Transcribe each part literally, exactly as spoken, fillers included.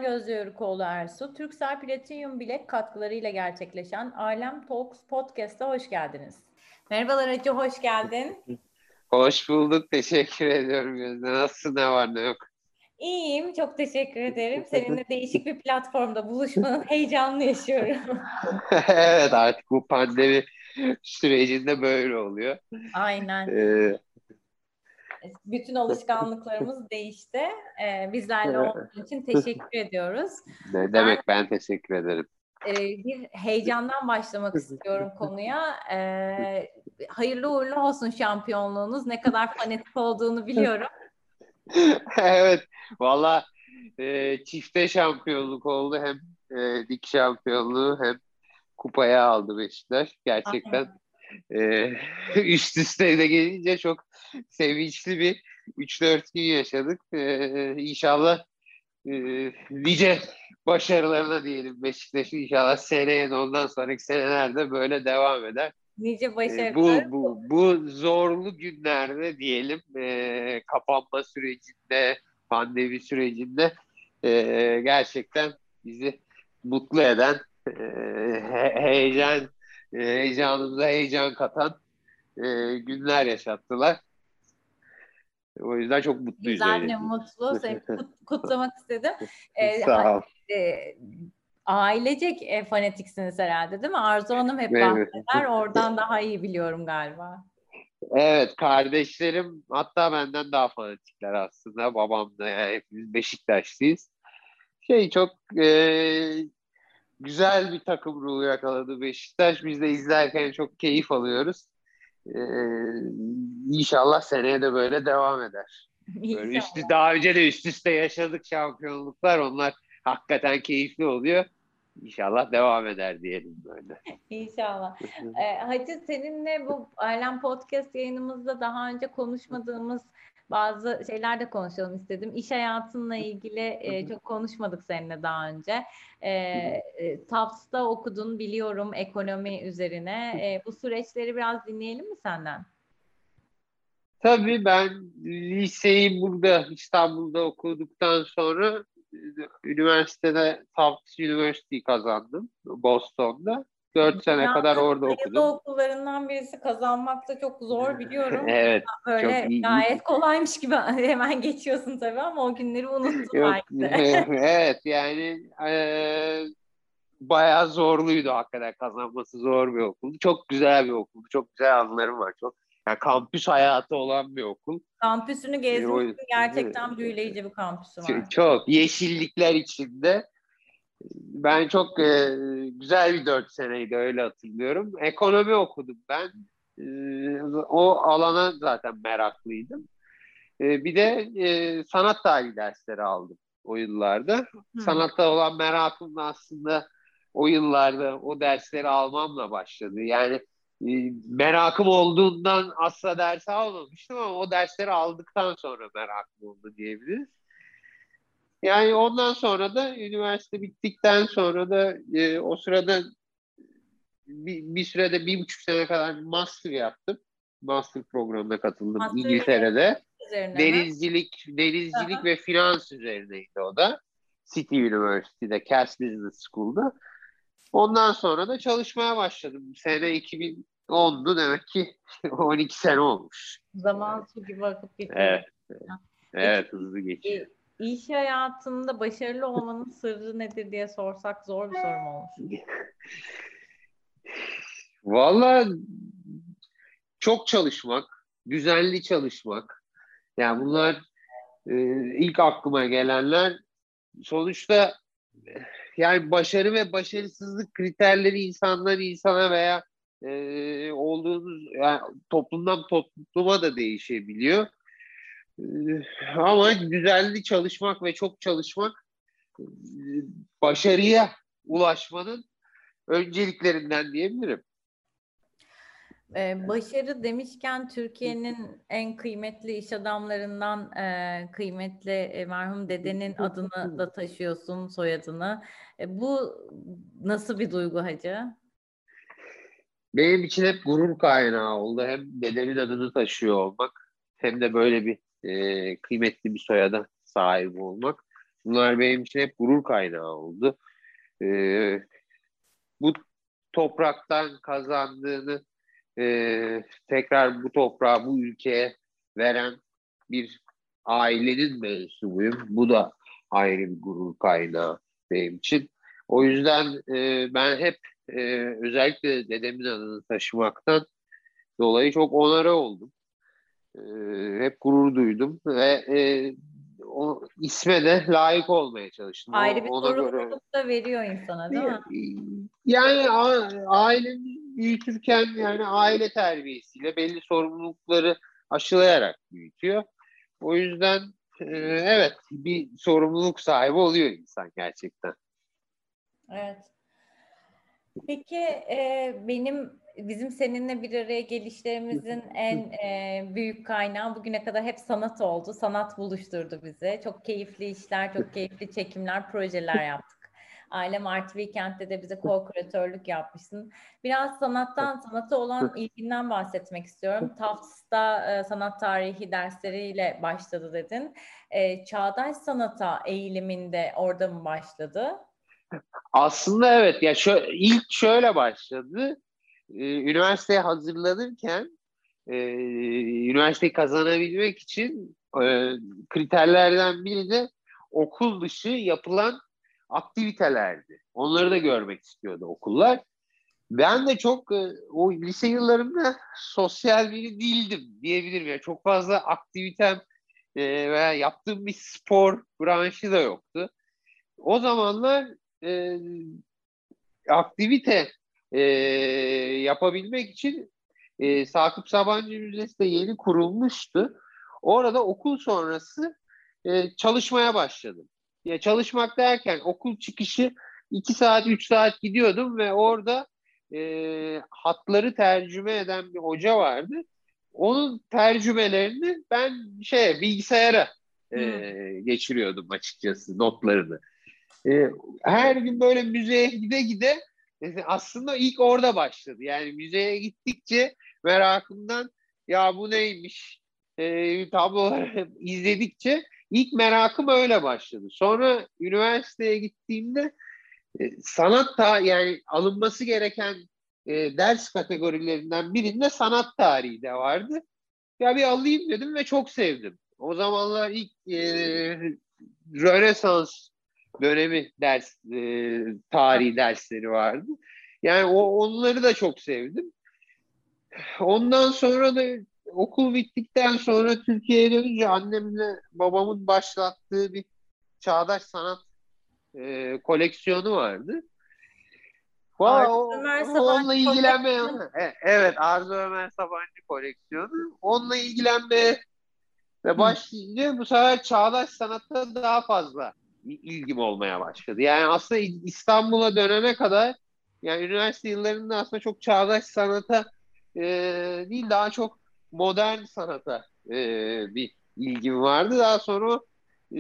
Gözde Yörükoğlu Ersu, Turkcell Platinum Bilek katkılarıyla gerçekleşen Alem Talks Podcast'a hoş geldiniz. Merhabalar Hacı, hoş geldin. Hoş bulduk, teşekkür ediyorum Gözde. Nasılsın, ne var ne yok? İyiyim, çok teşekkür ederim. Seninle değişik bir platformda buluşmanın heyecanını yaşıyorum. Evet, artık bu pandemi sürecinde böyle oluyor. Aynen. Ee, Bütün alışkanlıklarımız değişti. Ee, bizlerle olduğun için teşekkür ediyoruz. ne Ben demek, ben teşekkür ederim. e, bir heyecandan başlamak istiyorum konuya. Ee, hayırlı uğurlu olsun şampiyonluğunuz. Ne kadar fanatik olduğunu biliyorum. Evet, valla e, çifte şampiyonluk oldu. Hem e, lig şampiyonluğu hem kupaya aldı Beşiktaş. Gerçekten Aynen. e, üst üste de gelince çok sevinçli bir üç dört gün yaşadık. E, İnşallah e, nice başarılarına diyelim Beşiktaş'ın, inşallah seneye de ondan sonraki senelerde böyle devam eder. Nice E, başarılar. bu bu bu zorlu günlerde diyelim, e, kapanma sürecinde, pandemi sürecinde e, gerçekten bizi mutlu eden, e, he- heyecan e, heyecanımıza heyecan katan e, günler yaşattılar. O yüzden çok mutluyuz Güzel ve öyle diyeyim. mutlu. Seni kut- kutlamak istedim. Ee, ha- Sağ ol. e, ailecek e, fanatiksiniz herhalde, değil mi? Arzu Hanım hep Evet. bahseder. Oradan daha iyi biliyorum galiba. Evet, kardeşlerim hatta benden daha fanatikler aslında. Babam da, yani hepimiz Beşiktaşlıyız. Şey çok e, güzel bir takım ruhu yakaladı Beşiktaş. Biz de izlerken çok keyif alıyoruz. E, inşallah seneye de böyle devam eder. Böyle üstü, İnşallah. daha önce de üst üste yaşadık şampiyonluklar. Onlar hakikaten keyifli oluyor. İnşallah devam eder diyelim böyle. İnşallah. Ee, Hacı, seninle bu Alem Podcast yayınımızda daha önce konuşmadığımız bazı şeyler de konuşalım istedim. İş hayatınla ilgili e, çok konuşmadık seninle daha önce. Ee, e, Tufts'ta okudun biliyorum, ekonomi üzerine. E, bu süreçleri biraz dinleyelim mi senden? Tabii ben liseyi burada İstanbul'da okuduktan sonra e, üniversitede Tufts University kazandım Boston'da. Dört sene kadar Dünyanın orada sayılı okudum. okullarından birisi, kazanmak da çok zor biliyorum. Evet, çok Böyle iyi. gayet kolaymış gibi hemen geçiyorsun tabii ama o günleri unuttun Yok, belki de. evet yani e, bayağı zorluydu hakikaten, kazanması zor bir okuldu. Çok güzel bir okuldu. Çok güzel anılarım var. Çok yani kampüs hayatı olan bir okul. Kampüsünü E, o, gezmiştim. Gerçekten büyüleyici bir kampüsü var. çok yeşillikler içinde. Ben çok e, güzel bir dört seneydi, öyle hatırlıyorum. Ekonomi okudum ben. E, o alana zaten meraklıydım. E, bir de e, sanat tarihi dersleri aldım o yıllarda. Hı. Sanatta olan merakım da aslında o yıllarda o dersleri almamla başladı. Yani e, merakım olduğundan asla ders almamıştım ama o dersleri aldıktan sonra merakım oldu diyebiliriz. Yani ondan sonra da üniversite bittikten sonra da e, o sırada bir, bir sürede bir buçuk sene kadar master yaptım. Master programına katıldım Master İngiltere'de. üzerine mi? Denizcilik, denizcilik Aha. ve finans üzerineydi o da. City University'de, Cass Business School'da. Ondan sonra da çalışmaya başladım. Sene iki bin ondu, demek ki on iki sene olmuş. Zaman su gibi akıp gidiyor. Evet, Peki evet hızlı geçiyor. e, iş hayatında başarılı olmanın sırrı nedir diye sorsak zor bir sorum olmuş. Vallahi çok çalışmak, düzenli çalışmak. Yani bunlar e, ilk aklıma gelenler. Sonuçta yani başarı ve başarısızlık kriterleri insandan insana veya e, olduğunuz yani toplumdan topluma da değişebiliyor. E, ama düzenli çalışmak ve çok çalışmak e, başarıya ulaşmanın önceliklerinden diyebilirim. Ee, başarı demişken Türkiye'nin en kıymetli iş adamlarından e, kıymetli e, merhum dedenin adını da taşıyorsun, soyadını. E, bu nasıl bir duygu Hacı? Benim için hep gurur kaynağı oldu. Hem dedemin adını taşıyor olmak hem de böyle bir e, kıymetli bir soyada sahip olmak. Bunlar benim için hep gurur kaynağı oldu. Ee, bu topraktan kazandığını e, tekrar bu toprağı, bu ülkeye veren bir ailenin mensubuyum. Bu da ayrı bir gurur kaynağı benim için. O yüzden e, ben hep e, özellikle dedemin adını taşımaktan dolayı çok onore oldum. E, hep gurur duydum ve e, o isme de layık olmaya çalıştım. O, Ayrı bir ona göre sorumluluk da veriyor insana, değil mi? yani ailemi büyütürken yani aile terbiyesiyle belli sorumlulukları aşılayarak büyütüyor. O yüzden e, evet bir sorumluluk sahibi oluyor insan gerçekten. Evet. Peki e, benim bizim seninle bir araya gelişlerimizin en e, büyük kaynağı bugüne kadar hep sanat oldu. Sanat buluşturdu bizi. Çok keyifli işler, çok keyifli çekimler, projeler yaptık. Ailem Art Weekend'de de bize co-küratörlük yapmışsın. Biraz sanattan, sanata olan ilginden bahsetmek istiyorum. Tufts'ta e, sanat tarihi dersleriyle başladı dedin. E, çağdaş sanata eğiliminde orada mı başladı? Aslında evet ya şö ilk şöyle başladı. Ee, üniversiteye hazırlanırken e, üniversiteyi kazanabilmek için e, kriterlerden biri de okul dışı yapılan aktivitelerdi. Onları da görmek istiyordu okullar. Ben de çok e, o lise yıllarımda sosyal biri değildim diyebilirim. Yani çok fazla aktivitem e, veya yaptığım bir spor branşı da yoktu. O zamanlar e, aktivite e, yapabilmek için e, Sakıp Sabancı Müzesi de yeni kurulmuştu. Orada okul sonrası e, çalışmaya başladım. Ya çalışmak derken okul çıkışı iki saat, üç saat gidiyordum ve orada e, hatları tercüme eden bir hoca vardı. Onun tercümelerini ben şey bilgisayara e, Hmm. geçiriyordum açıkçası notlarını. E, her gün böyle müzeye gide gide e, aslında ilk orada başladı. Yani müzeye gittikçe merakımdan ya bu neymiş e, tabloları izledikçe ilk merakım öyle başladı. Sonra üniversiteye gittiğimde e, sanat ta yani alınması gereken e, ders kategorilerinden birinde sanat tarihi de vardı. Ya bir alayım dedim ve çok sevdim. O zamanlar ilk e, Rönesans dönemi ders e, tarihi dersleri vardı. Yani o onları da çok sevdim. Ondan sonra da okul bittikten sonra Türkiye'ye dönünce annemle babamın başlattığı bir çağdaş sanat e, koleksiyonu vardı. Valla Arzu o- Ömer onunla Sabancı ilgilenmeye koleksiyonu. e, evet Arzu Ömer Sabancı koleksiyonu. Onunla ilgilenmeye ve Hı. başlayınca bu sefer çağdaş sanatta daha fazla ilgim olmaya başladı. Yani aslında İstanbul'a dönene kadar yani üniversite yıllarında aslında çok çağdaş sanata e, değil daha çok modern sanata e, bir ilgim vardı. Daha sonra e,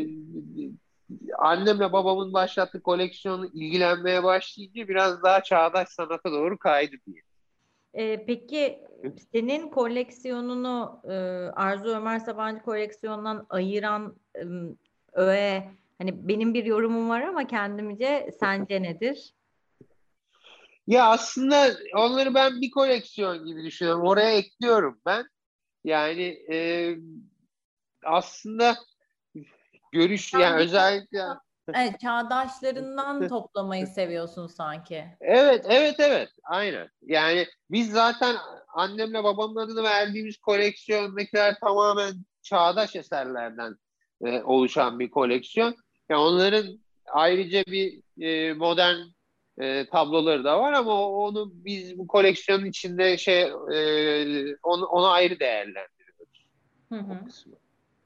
annemle babamın başlattığı koleksiyonu ilgilenmeye başlayınca biraz daha çağdaş sanata doğru kaydı diye. Ee, peki senin koleksiyonunu e, Arzu Ömer Sabancı koleksiyonundan ayıran e, öğe, hani benim bir yorumum var ama kendimce sence nedir? Ya aslında onları ben bir koleksiyon gibi düşünüyorum. Oraya ekliyorum ben. Yani e, aslında görüş yani Sen biraz özellikle evet, çağdaşlarından toplamayı seviyorsun sanki. evet evet evet aynen. Yani biz zaten annemle babamın adını verdiğimiz koleksiyondakiler tamamen çağdaş eserlerden e, oluşan bir koleksiyon. Yani onların ayrıca bir e, modern e, tabloları da var ama onu biz bu koleksiyonun içinde şey e, onu, onu ayrı değerlendiriyoruz Hı o hı. kısmı.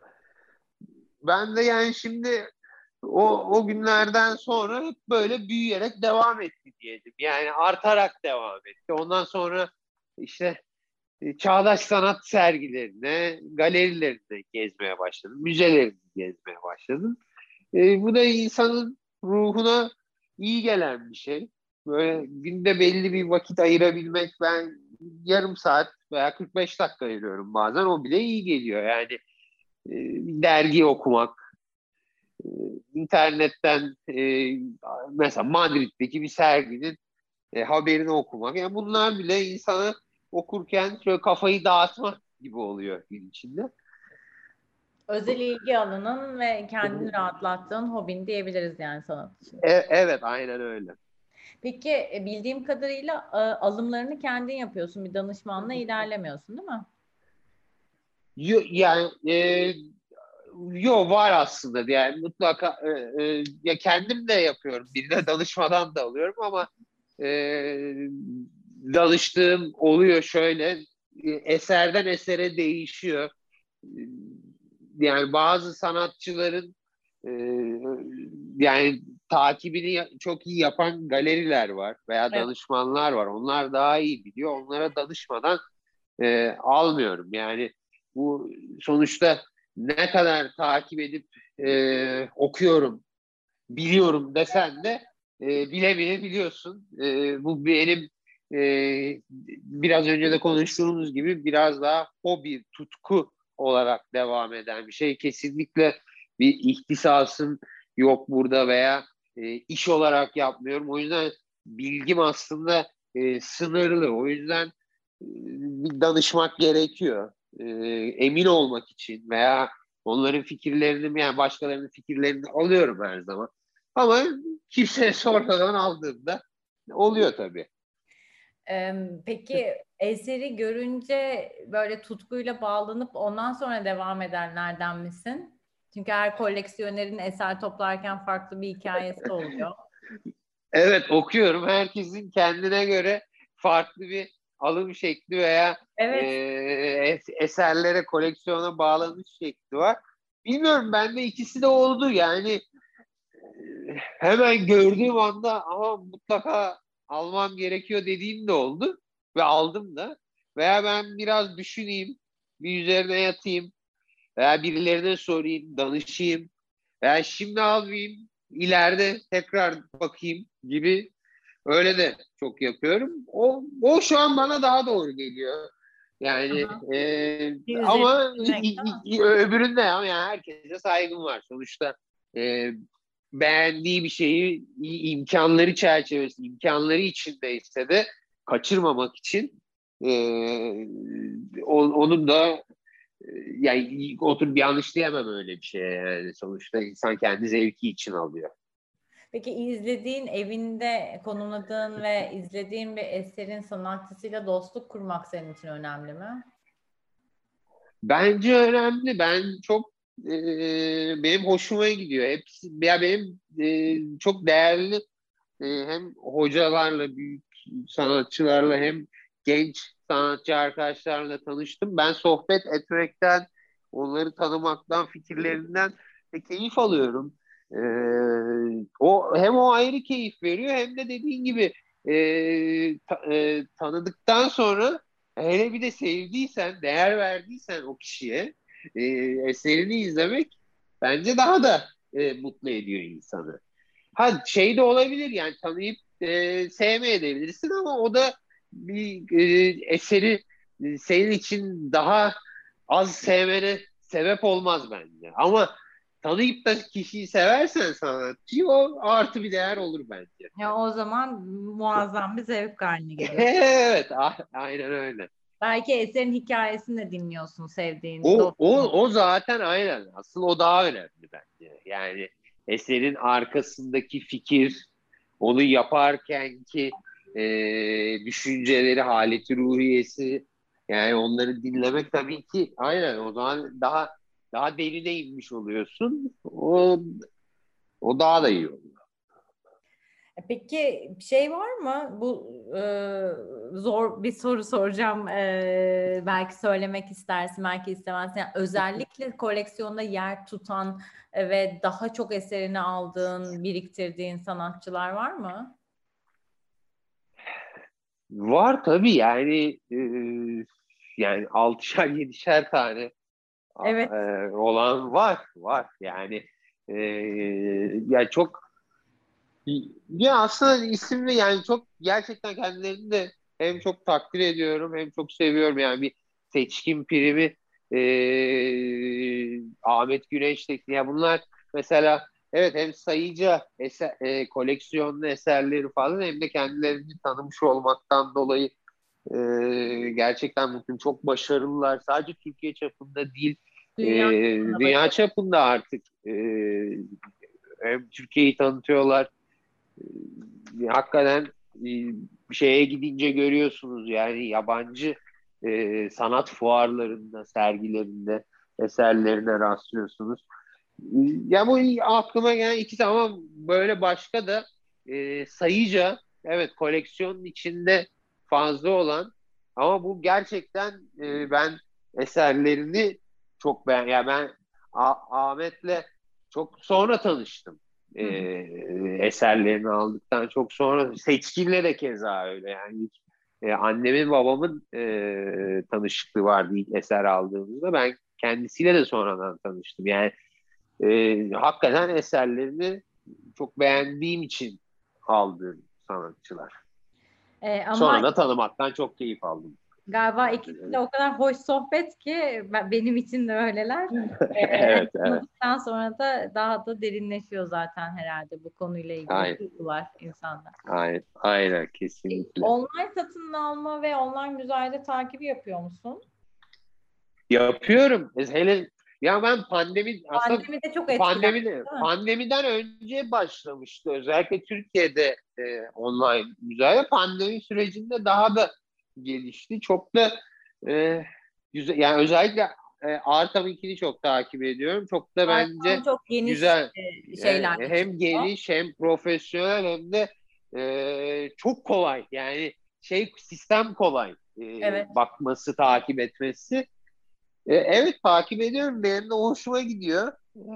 Ben de yani şimdi o, o günlerden sonra hep böyle büyüyerek devam etti diyelim. Yani artarak devam etti. Ondan sonra işte e, çağdaş sanat sergilerine, galerilerinde gezmeye başladım. Müzelerini gezmeye başladım. E, bu da insanın ruhuna iyi gelen bir şey. Böyle günde belli bir vakit ayırabilmek ben yarım saat veya kırk beş dakika ayırıyorum bazen o bile iyi geliyor. Yani e, dergi okumak, internetten e, mesela Madrid'deki bir serginin e, haberini okumak. Yani bunlar bile insana okurken şöyle kafayı dağıtmak gibi oluyor gün içinde. Özel ilgi alanın ve kendini rahatlattığın hobin diyebiliriz yani sanat için. E, evet, aynen öyle. Peki e, bildiğim kadarıyla e, alımlarını kendin yapıyorsun. Bir danışmanla ilerlemiyorsun, değil mi? Yo, yani e, yo var aslında yani mutlaka e, e, ya kendim de yapıyorum. Birine danışmadan da alıyorum ama e, danıştığım oluyor şöyle e, eserden esere değişiyor. E, Yani bazı sanatçıların e, yani takibini çok iyi yapan galeriler var veya Evet. danışmanlar var. Onlar daha iyi biliyor. Onlara danışmadan e, almıyorum. Yani bu sonuçta ne kadar takip edip e, okuyorum, biliyorum desen de e, bile bile biliyorsun. E, bu benim e, biraz önce de konuştuğumuz gibi biraz daha hobi, tutku olarak devam eden bir şey. Kesinlikle bir ihtisasım yok burada veya e, iş olarak yapmıyorum. O yüzden bilgim aslında e, sınırlı. O yüzden e, bir danışmak gerekiyor. E, emin olmak için veya onların fikirlerini yani başkalarının fikirlerini alıyorum her zaman. Ama kimseye sormadan aldığımda oluyor tabii. Ee, peki eseri görünce böyle tutkuyla bağlanıp ondan sonra devam edenlerden misin? Çünkü her koleksiyonerin eser toplarken farklı bir hikayesi oluyor. Evet, okuyorum. Herkesin kendine göre farklı bir alım şekli veya e, Evet. eserlere, koleksiyona bağlanış şekli var. Bilmiyorum, bende ikisi de oldu. Yani hemen gördüğüm anda ama mutlaka almam gerekiyor dediğim de oldu ve aldım da. Veya ben biraz düşüneyim, bir üzerine yatayım veya birilerine sorayım, danışayım veya şimdi almayayım, ileride tekrar bakayım gibi öyle de çok yapıyorum. O, o şu an bana daha doğru geliyor. Yani Aha. e, Bir üzerine ama gitmek, değil mi? i- i- öbüründe ya yani herkese saygım var. Sonuçta e, beğendiği bir şeyi imkanları çerçevesi, imkanları içindeyse de kaçırmamak için e, onun da e, yani oturup yanlış diyemem öyle bir şeye yani. Sonuçta insan kendi zevki için alıyor. Peki izlediğin, evinde konumladığın ve izlediğin bir eserin sanatçısıyla dostluk kurmak senin için önemli mi? Bence önemli. Ben çok e, benim hoşuma gidiyor. Hepsi ya benim e, çok değerli e, hem hocalarla, büyük sanatçılarla hem genç sanatçı arkadaşlarla tanıştım. Ben sohbet etmekten, onları tanımaktan, fikirlerinden de keyif alıyorum. E, o hem o ayrı keyif veriyor hem de dediğin gibi e, ta- e, tanıdıktan sonra hele bir de sevdiysen, değer verdiysen o kişiye e, eserini izlemek bence daha da e, mutlu ediyor insanı. Ha şey de olabilir yani tanıyıp e, sevmeyebilirsin ama o da bir e, eseri e, senin için daha az sevmene sebep olmaz bence. Ama tanıyıp da kişiyi seversen sanatçıyı o artı bir değer olur bence. Ya o zaman muazzam bir zevk haline geliyor. Evet, a- aynen öyle. Belki eserin hikayesini de dinliyorsun sevdiğin O, o, dostun. o zaten aynen. Asıl o daha önemli bence. Yani eserin arkasındaki fikir, onu yaparken ki e, düşünceleri, haleti ruhiyesi, yani onları dinlemek tabii ki aynen o zaman daha daha derine inmiş oluyorsun. O, o daha da iyi oluyor. E Peki şey var mı? Bu e, zor bir soru soracağım. E, belki söylemek istersin, belki istemezsin. Yani özellikle koleksiyonda yer tutan e, ve daha çok eserini aldığın, biriktirdiğin sanatçılar var mı? Var tabii yani e, yani altışar yedişer tane Evet. e, olan var var yani e, ya çok ya aslında isimli yani çok gerçekten kendilerini de hem çok takdir ediyorum hem çok seviyorum yani bir Seçkin Primi e, Ahmet Güneş'teki ya bunlar mesela evet hem sayıca eser, e, koleksiyonlu eserleri falan hem de kendilerini tanımış olmaktan dolayı e, gerçekten mutluyum. Çok başarılılar. Sadece Türkiye çapında değil, e, Dünya çapında dünya başarılı. çapında artık e, hem Türkiye'yi tanıtıyorlar. E, hakikaten e, bir şeye gidince görüyorsunuz yani yabancı e, sanat fuarlarında, sergilerinde eserlerine rastlıyorsunuz. E, Ya bu aklıma gelen ikisi ama böyle başka da e, sayıca evet koleksiyonun içinde fazla olan ama bu gerçekten e, ben eserlerini çok beğen yani ben A- Ahmet'le çok sonra tanıştım. E, Hı hı. Eserlerini aldıktan çok sonra Seçkin'le de keza öyle yani ilk, e, annemin babamın e, tanışıklığı vardı ilk eser aldığımızda ben kendisiyle de sonradan tanıştım yani e, hakikaten eserlerini çok beğendiğim için aldığım sanatçılar. E, ama Sonra da tanımaktan çok keyif aldım. galiba ikisi de o kadar hoş sohbet ki ben- benim için de öyleler. Ee, hani Evet, evet. tanıdıktan sonra da daha da derinleşiyor zaten herhalde bu konuyla ilgili Aynen, duygular insanda. aynen, aynen E, kesinlikle. Online satın alma ve online müzayede takibi yapıyor musun? Yapıyorum. Hele ya ben pandemi aslında Pandemi de çok etkilendi, pandemi değil mi? pandemiden önce başlamıştı. Özellikle Türkiye'de e, online müzayede pandemi sürecinde daha da gelişti. Çok da e, güzel yani özellikle e, Arkam'ınkini çok takip ediyorum. Çok da Arkadan bence çok geniş güzel. e, E, şeylerle hem çıkıyor. geniş hem profesyonel hem de e, çok kolay. Yani şey sistem kolay. E, Evet. bakması, takip etmesi. E, evet takip ediyorum. Benim de hoşuma gidiyor.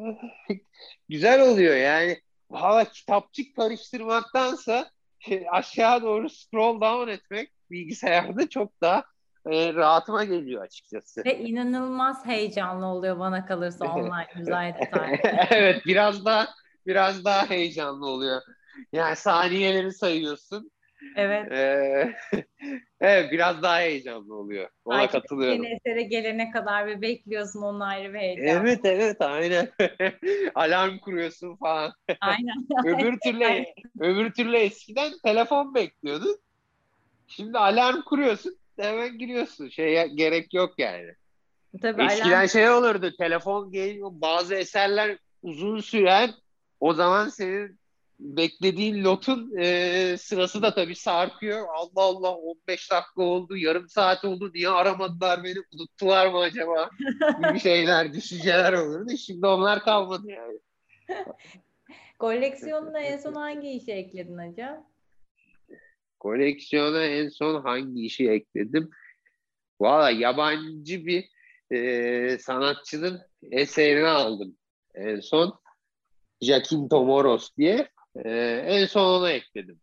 Güzel oluyor yani. Valla kitapçık karıştırmaktansa e, aşağı doğru scroll down etmek bilgisayarda çok daha e, rahatıma geliyor açıkçası. Ve inanılmaz heyecanlı oluyor bana kalırsa online müzayede takibi. Evet biraz daha biraz daha heyecanlı oluyor. Yani saniyeleri sayıyorsun. Evet. Ee, evet biraz daha heyecanlı oluyor. Ona Takip edeceğin katılıyorum. esere gelene kadar bir bekliyorsun, onun ayrı bir heyecan. Evet evet aynen. Alarm kuruyorsun falan. Aynen. Öbür türlü Aynen. öbür türlü eskiden telefon bekliyordun. Şimdi alarm kuruyorsun, hemen giriyorsun. Şeye gerek yok yani. Tabii alarm. Eskiden şey olurdu, telefon geliyor, bazı eserler uzun süren, o zaman senin beklediğin lotun e, sırası da tabii sarkıyor. Allah Allah on beş dakika oldu, yarım saat oldu, niye aramadılar beni, unuttular mı acaba gibi şeyler, düşünceler olurdu. Şimdi onlar kalmadı yani. Koleksiyonuna en son hangi işe ekledin acaba? Koleksiyona en son hangi işi ekledim? Valla yabancı bir e, sanatçının eserini aldım en son. Jacinto Moros diye. E, En son onu ekledim.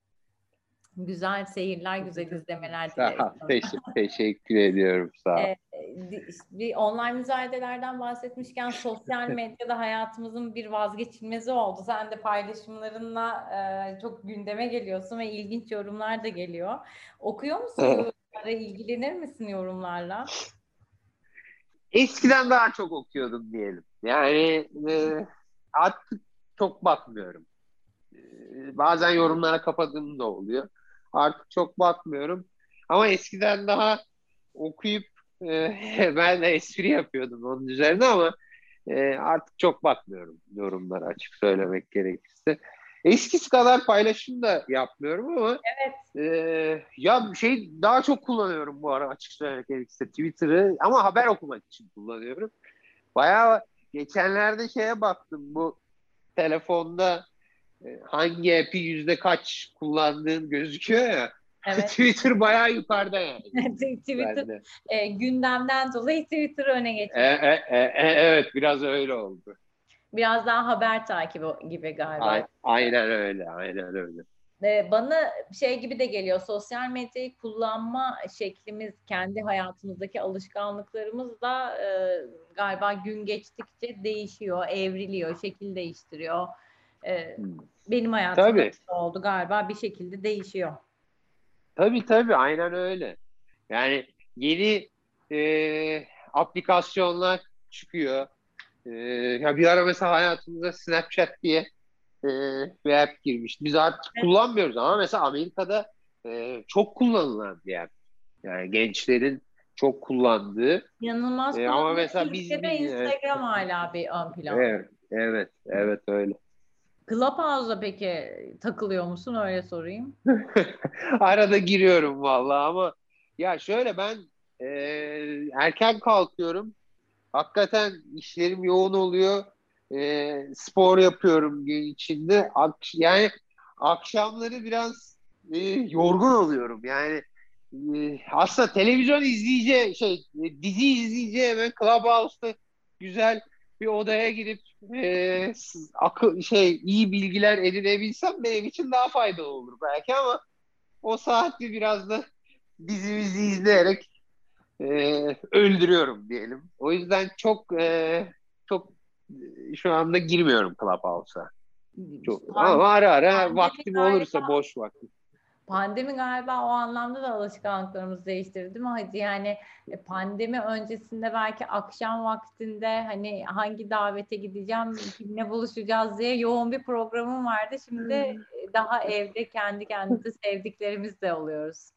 Güzel seyirler, güzel izlemeler dileriz Sağ ol, sana. teş- teşekkür ediyorum. Sağ ol. Ee, di- bir online müzayedelerden bahsetmişken sosyal medyada hayatımızın bir vazgeçilmezi oldu. Sen de paylaşımlarınla e, çok gündeme geliyorsun ve ilginç yorumlar da geliyor. Okuyor musun bu yorumlara, ilgilenir misin yorumlarla? Eskiden daha çok okuyordum diyelim. Yani e, artık çok bakmıyorum. E, Bazen yorumlara kapadığım da oluyor. Artık çok bakmıyorum. Ama eskiden daha okuyup e, ben de espri yapıyordum onun üzerine ama e, artık çok bakmıyorum yorumlara açık söylemek gerekirse. Eskisi kadar paylaşım da yapmıyorum ama Evet. e, ya şey daha çok kullanıyorum bu ara açık söylemek gerekirse Twitter'ı ama haber okumak için kullanıyorum. Bayağı geçenlerde şeye baktım bu telefonda e, hangi app'i yüzde kaç kullandığın gözüküyor ya. Evet. Twitter bayağı yukarıda yani. Twitter Bende. e, gündemden dolayı Twitter öne E, geçmiş. e, e, e, evet biraz öyle oldu. Biraz daha haber takibi gibi galiba. A- aynen öyle, aynen öyle. Ee, Bana şey gibi de geliyor, sosyal medyayı kullanma şeklimiz, kendi hayatımızdaki alışkanlıklarımız da e, galiba gün geçtikçe değişiyor, evriliyor, şekil değiştiriyor. E, Hmm. Benim hayatımda Tabii, da oldu galiba, bir şekilde değişiyor. tabii tabii aynen öyle. Yani yeni e, aplikasyonlar çıkıyor. Ee, ya bir ara mesela hayatımıza Snapchat diye e, bir app girmişti. Biz artık Evet. kullanmıyoruz ama mesela Amerika'da e, çok kullanılan bir app. Yani gençlerin çok kullandığı. İnanılmaz E, ama kullanılıyor. mesela biz Türkiye'de bilmiyoruz. Instagram hala bir ön planda. Evet, evet, evet öyle. Clubhouse'da peki takılıyor musun? Öyle sorayım. Arada giriyorum vallahi ama ya şöyle ben e, erken kalkıyorum. Hakikaten işlerim yoğun oluyor. E, spor yapıyorum gün içinde. Ak- yani akşamları biraz e, yorgun oluyorum. Yani e, aslında televizyon izleyeceği şey e, dizi izleyeceğime Clubhouse'da güzel bir odaya girip e, s- akıl şey iyi bilgiler edinebilsem benim için daha faydalı olur belki ama o saati biraz da dizimizi izleyerek e, öldürüyorum diyelim. O yüzden çok e, çok e, şu anda girmiyorum Clubhouse'a. Çok, Pan- ama ara ara Pandemi vaktim galiba, olursa boş vaktim. pandemi galiba o anlamda da alışkanlıklarımızı değiştirdi değil mi Hacı? Yani e, pandemi öncesinde belki akşam vaktinde hani hangi davete gideceğim, kimle buluşacağız diye yoğun bir programım vardı. Şimdi e, daha evde kendi kendimizi sevdiklerimizle oluyoruz.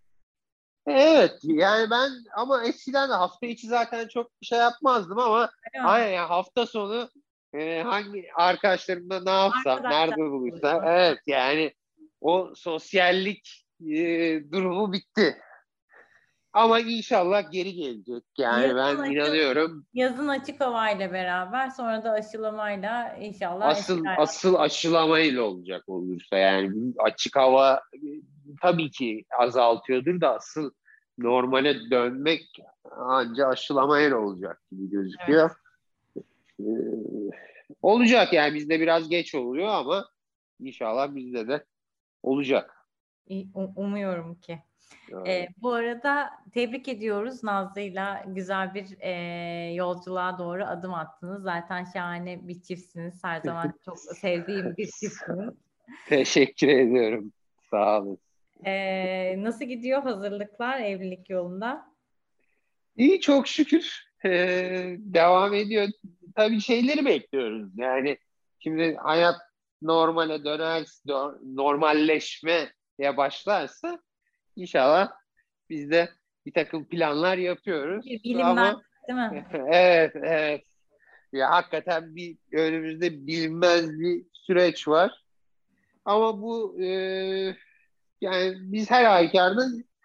Evet yani ben ama eskiden de hafta içi zaten çok bir şey yapmazdım ama Değil mi? aynen yani hafta sonu e, hangi arkadaşlarımla ne yapsam, nerede Arkadaşlar buluşsam buluşmak. evet yani o sosyallik e, durumu bitti. Ama inşallah geri gelecek. Yani ben Yazın açık, inanıyorum. yazın açık havayla beraber sonra da aşılamayla inşallah eski Asıl hayat. asıl aşılamayla olacak olursa yani açık hava e, tabii ki azaltıyordur da asıl normale dönmek anca aşılamayla olacak gibi Evet. gözüküyor. Ee, olacak yani bizde biraz geç oluyor ama inşallah bizde de olacak. İyi, u- Umuyorum ki. Ee, Yani, bu arada tebrik ediyoruz Nazlı'yla güzel bir e, yolculuğa doğru adım attınız. Zaten şahane bir çiftsiniz. Her zaman çok sevdiğim bir çiftsiniz. teşekkür ediyorum. Sağ olun. Ee, nasıl gidiyor hazırlıklar evlilik yolunda? İyi çok şükür Ee, devam ediyor. Tabii şeyleri bekliyoruz. Yani şimdi hayat normale döner, normalleşmeye başlarsa inşallah biz de bir takım planlar Bir yapıyoruz. bilinmez, Ama değil mi? evet, evet. Ya hakikaten bir önümüzde bilinmez bir süreç var. Ama bu e, yani biz her halükarda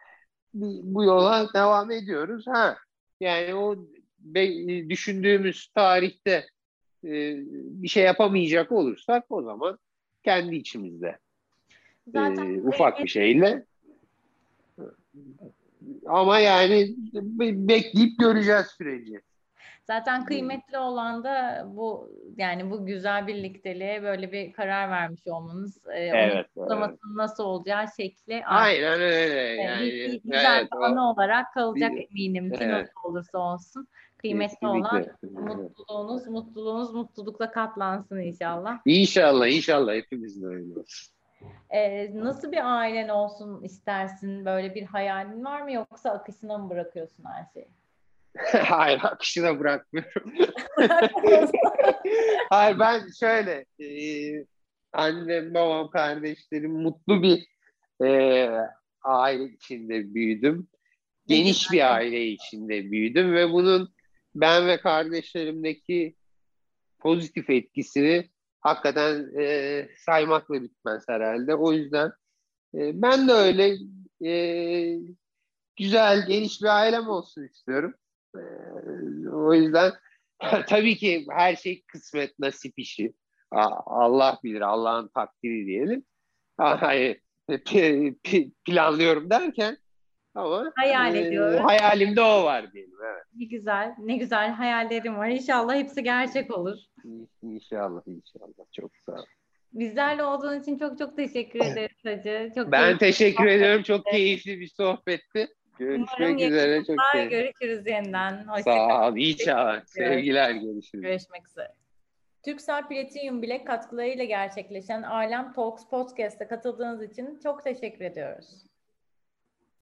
bu yola devam ediyoruz. Ha, yani o be- düşündüğümüz tarihte e, bir şey yapamayacak olursak o zaman kendi içimizde Zaten e, ufak bir kıymet, şeyle ama yani be- bekleyip göreceğiz süreci. zaten kıymetli olan da bu, yani bu güzel birlikteliğe böyle bir karar vermiş olmanız, e, onun Evet, evet. kutlamasının nasıl olacağı şekli artık Aynen öyle. e, bir, Yani bir güzel evet, bir o anı olarak kalacak bir, eminim ki nasıl evet, olursa olsun. Kıymetli olan kesinlikle. mutluluğunuz, mutluluğunuz mutlulukla katlansın inşallah. İnşallah, inşallah hepimizin öyle olsun. E, nasıl bir ailen olsun istersin? Böyle bir hayalin var mı yoksa akışına mı bırakıyorsun her şeyi? Hayır, akışına bırakmıyorum. Bırakmıyorsun. Hayır, ben şöyle e, annem, babam, kardeşlerim mutlu bir e, aile içinde büyüdüm. Ne Geniş güzel. bir aile içinde büyüdüm ve bunun ben ve kardeşlerimdeki pozitif etkisini hakikaten e, saymakla bitmez herhalde. O yüzden e, ben de öyle e, güzel, geniş bir ailem olsun istiyorum. E, o yüzden tabii ki her şey kısmet, nasip işi. Allah bilir, Allah'ın takdiri diyelim. Hayır, planlıyorum derken ama Hayal e, ediyoruz. hayalimde o var diyelim. Evet. Ne güzel, ne güzel hayallerim var. İnşallah hepsi gerçek olur. İnşallah, inşallah. Çok sağ ol. Bizlerle olduğun için çok çok teşekkür ederiz Hacı. Çok Ben keyifli bir teşekkür ediyorum. Çok sohbetti. keyifli bir sohbetti. Umarım Görüşmek üzere. Çok yakında keyifli. görüşürüz yeniden. Hoşça Sağ ol. İnşallah. kalın. Sevgiler. Görüşürüz. Görüşmek üzere. Turkcell Platinum Bilek katkılarıyla gerçekleşen Alem Talks Podcast'a katıldığınız için çok teşekkür ediyoruz.